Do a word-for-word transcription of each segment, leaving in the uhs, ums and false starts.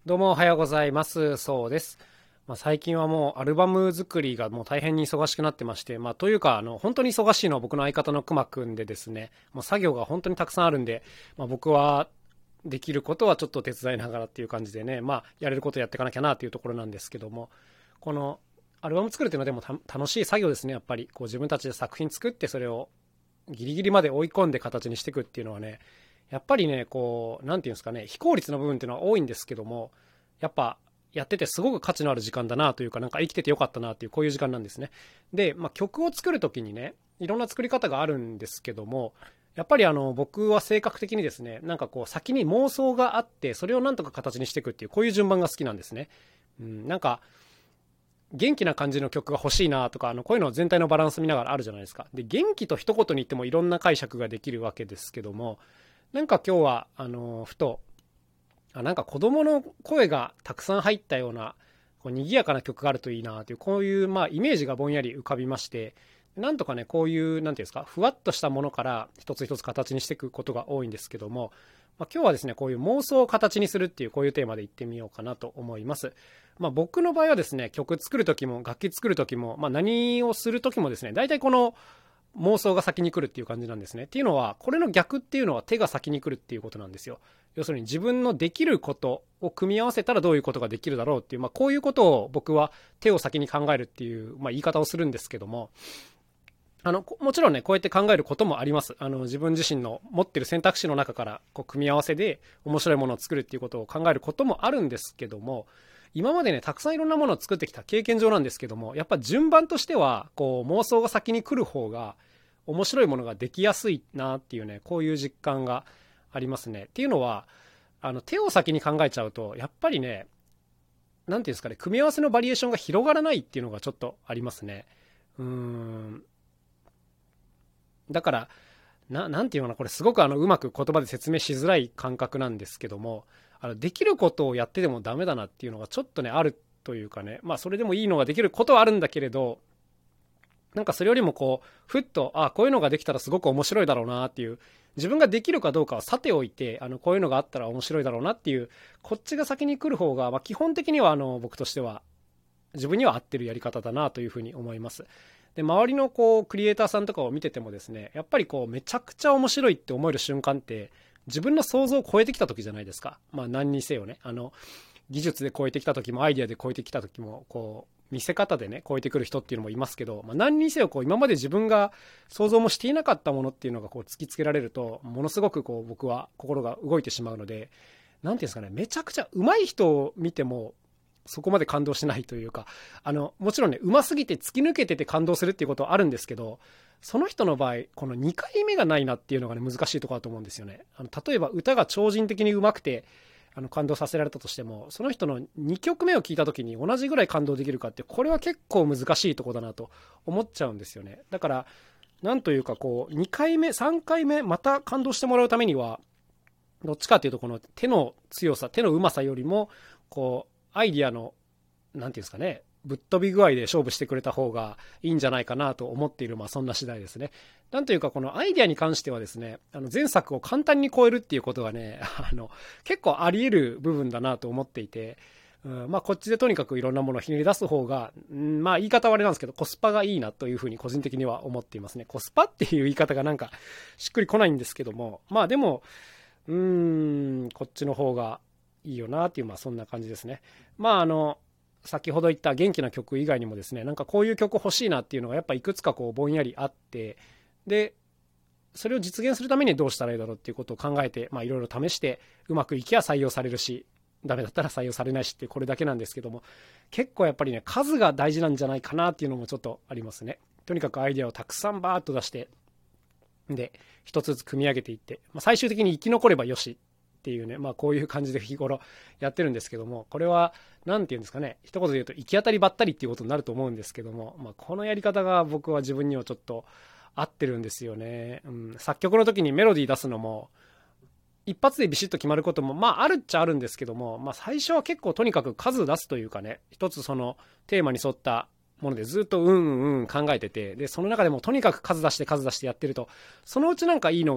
どうもおはようございます。そうです。まあ、最近はもうアルバム作りがもう大変に忙しくなってまして、まあ、というかあの本当に忙しいのは僕の相方のくまくんでですね、もう作業が本当にたくさんあるんで、まあ、僕はできることはちょっと手伝いながらっていう感じでね、まあ、やれることやっていかなきゃなっていうところなんですけども、このアルバム作るっていうのはでも楽しい作業ですね。やっぱりこう自分たちで作品作ってそれをギリギリまで追い込んで形にしていくっていうのはね、やっぱりね、こうなんていうんですかね、非効率の部分っていうのは多いんですけども、やっぱやっててすごく価値のある時間だなというか、なんか生きててよかったなという、こういう時間なんですね。で、まあ、曲を作る時にね、いろんな作り方があるんですけども、やっぱりあの僕は性格的にですね、なんかこう先に妄想があってそれをなんとか形にしていくっていう、こういう順番が好きなんですね。うん、なんか元気な感じの曲が欲しいなとか、あのこういうの全体のバランス見ながらあるじゃないですか。で、元気と一言に言ってもいろんな解釈ができるわけですけども、なんか今日はあのふとあなんか子供の声がたくさん入ったようなこう賑やかな曲があるといいなという、こういうまあイメージがぼんやり浮かびまして、なんとかね、こういうなんていうんですか、ふわっとしたものから一つ一つ形にしていくことが多いんですけども、まあ、今日はですね、こういう妄想を形にするっていう、こういうテーマでいってみようかなと思います。まあ、僕の場合はですね、曲作る時も楽器作る時も、まあ、何をする時もですね、大体この妄想が先に来るっていう感じなんですね。っていうのは、これの逆っていうのは手が先に来るっていうことなんですよ。要するに自分のできることを組み合わせたらどういうことができるだろうっていう、まあ、こういうことを僕は手を先に考えるっていう、まあ、言い方をするんですけども、あのもちろんね、こうやって考えることもあります。あの自分自身の持ってる選択肢の中からこう組み合わせで面白いものを作るっていうことを考えることもあるんですけども、今までね、たくさんいろんなものを作ってきた経験上なんですけども、やっぱ順番としてはこう妄想が先に来る方が面白いものができやすいなっていうね、こういう実感がありますね。っていうのは、あの手を先に考えちゃうとやっぱりね、なんていうんですかね、組み合わせのバリエーションが広がらないっていうのがちょっとありますね。うーんだからな、なんていうのかな、これすごくあのうまく言葉で説明しづらい感覚なんですけども、あのできることをやってでもダメだなっていうのがちょっとねあるというかね、まあそれでもいいのができることはあるんだけれど、なんかそれよりもこうふっと、あこういうのができたらすごく面白いだろうなっていう、自分ができるかどうかはさておいて、あのこういうのがあったら面白いだろうなっていう、こっちが先に来る方が、まあ、基本的にはあの僕としては自分には合ってるやり方だなというふうに思います。で、周りのこうクリエイターさんとかを見ててもですね、やっぱりこうめちゃくちゃ面白いって思える瞬間って自分の想像を超えてきた時じゃないですか。まあ何にせよね、あの技術で超えてきた時もアイデアで超えてきた時も、こう見せ方でね超えてくる人っていうのもいますけど、まあ、何にせよこう今まで自分が想像もしていなかったものっていうのがこう突きつけられると、ものすごくこう僕は心が動いてしまうので、なんていうんですかね、めちゃくちゃ上手い人を見てもそこまで感動しないというか、あのもちろんね、うますぎて突き抜けてて感動するっていうことはあるんですけど、その人の場合このにかいめがないなっていうのがね難しいところだと思うんですよね。あの例えば歌が超人的に上手くてあの感動させられたとしても、その人のにきょくめを聞いた時に同じぐらい感動できるかって、これは結構難しいところだなと思っちゃうんですよね。だからなんというか、こうにかいめさんかいめまた感動してもらうためには、どっちかっていうとこの手の強さ、手のうまさよりもこうアイディアのなんていうんですかね、ぶっ飛び具合で勝負してくれた方がいいんじゃないかなと思っている、まあそんな次第ですね。なんというか、このアイデアに関してはですね、あの前作を簡単に超えるっていうことがね、あの結構あり得る部分だなと思っていて、うん、まあこっちでとにかくいろんなものをひねり出す方が、うん、まあ言い方はあれなんですけどコスパがいいなというふうに個人的には思っていますね。コスパっていう言い方がなんかしっくりこないんですけども、まあでもうーんこっちの方がいいよなっていう、まあそんな感じですね。まああの先ほど言った元気な曲以外にもですね、なんかこういう曲欲しいなっていうのがやっぱいくつかこうぼんやりあって、でそれを実現するためにどうしたらいいだろうっていうことを考えて、まあいろいろ試してうまくいきゃ採用されるし、ダメだったら採用されないしってこれだけなんですけども、結構やっぱりね数が大事なんじゃないかなっていうのもちょっとありますね。とにかくアイデアをたくさんバーッと出して、で一つずつ組み上げていって、まあ、最終的に生き残ればよしっていうね、まあこういう感じで日頃やってるんですけども、これは何て言うんですかね、一言で言うと行き当たりばったりっていうことになると思うんですけども、まあ、このやり方が僕は自分にはちょっと合ってるんですよね。うん、作曲の時にメロディー出すのも一発でビシッと決まることもまああるっちゃあるんですけども、まあ、最初は結構とにかく数出すというかね、一つそのテーマに沿ったものでずっとうんうんうん考えてて、でその中でもとにかく数出して数出してやってると、そのうちなんかいいのが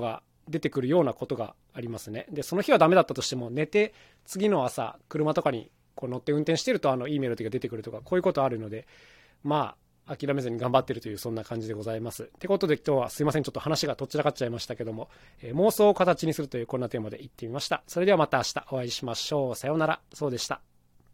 出てくるようなことがありますね。でその日はダメだったとしても、寝て次の朝車とかにこう乗って運転してると、あのいいメロディーが出てくるとか、こういうことあるので、まあ諦めずに頑張ってるという、そんな感じでございます。ってことで今日はすいません、ちょっと話がとっちらかっちゃいましたけども、えー、妄想を形にするというこんなテーマで言ってみました。それではまた明日お会いしましょう。さようなら。そうでした。